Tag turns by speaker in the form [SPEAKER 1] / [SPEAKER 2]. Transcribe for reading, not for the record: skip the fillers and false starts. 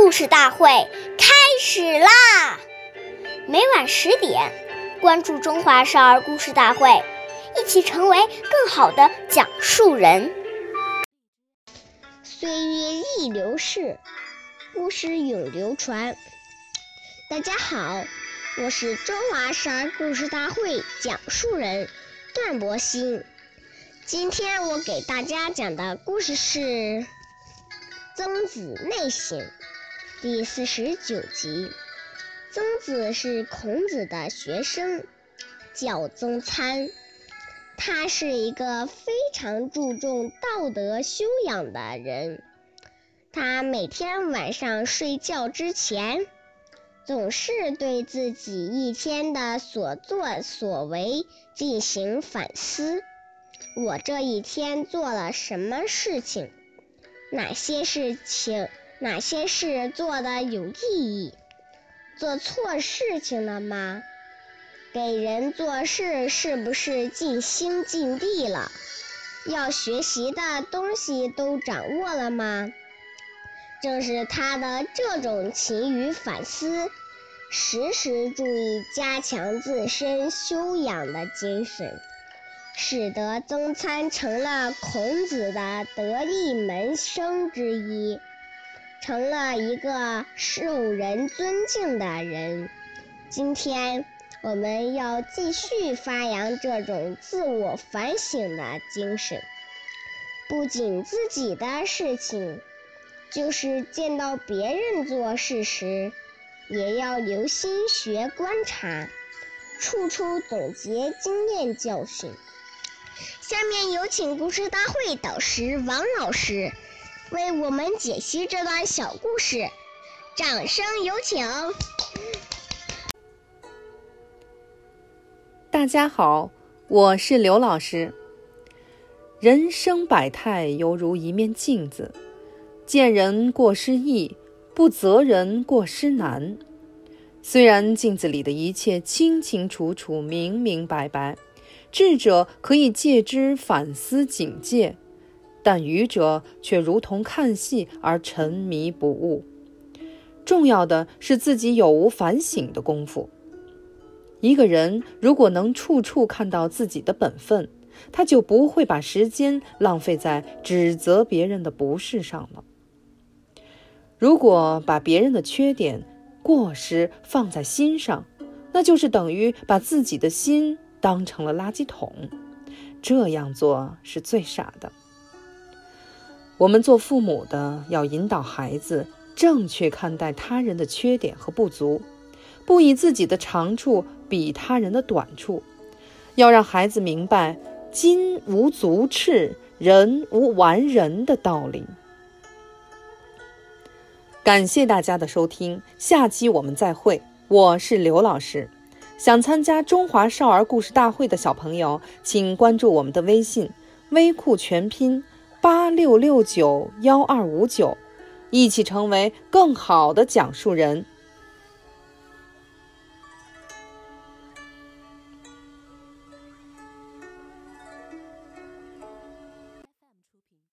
[SPEAKER 1] 故事大会开始啦！每晚10点，关注中华少儿故事大会，一起成为更好的讲述人。
[SPEAKER 2] 岁月易流逝，故事永流传。大家好，我是中华少儿故事大会讲述人段博鑫。今天我给大家讲的故事是《曾子内省》第49集。曾子是孔子的学生，叫曾参。他是一个非常注重道德修养的人。他每天晚上睡觉之前，总是对自己一天的所作所为进行反思。我这一天做了什么事情？哪些事做的有意义？做错事情了吗？给人做事是不是尽心尽力了？要学习的东西都掌握了吗？正是他的这种勤于反思，时时注意加强自身修养的精神，使得曾参成了孔子的得力门生之一，成了一个受人尊敬的人。今天我们要继续发扬这种自我反省的精神，不仅自己的事情，就是见到别人做事时，也要留心学观察，处处总结经验教训。下面有请故事大会导师王老师为我们解析这段小故事，掌声有请。
[SPEAKER 3] 大家好，我是刘老师。人生百态犹如一面镜子，见人过失易，不责人过失难。虽然镜子里的一切清清楚楚、明明白白，智者可以借之反思警戒，但愚者却如同看戏而沉迷不悟。重要的是自己有无反省的功夫。一个人如果能处处看到自己的本分，他就不会把时间浪费在指责别人的不是上了。如果把别人的缺点、过失放在心上，那就是等于把自己的心当成了垃圾桶，这样做是最傻的。我们做父母的要引导孩子正确看待他人的缺点和不足，不以自己的长处比他人的短处，要让孩子明白金无足赤，人无完人的道理。感谢大家的收听，下期我们再会。我是刘老师。想参加中华少儿故事大会的小朋友，请关注我们的微信微库全拼86691259，一起成为更好的讲述人。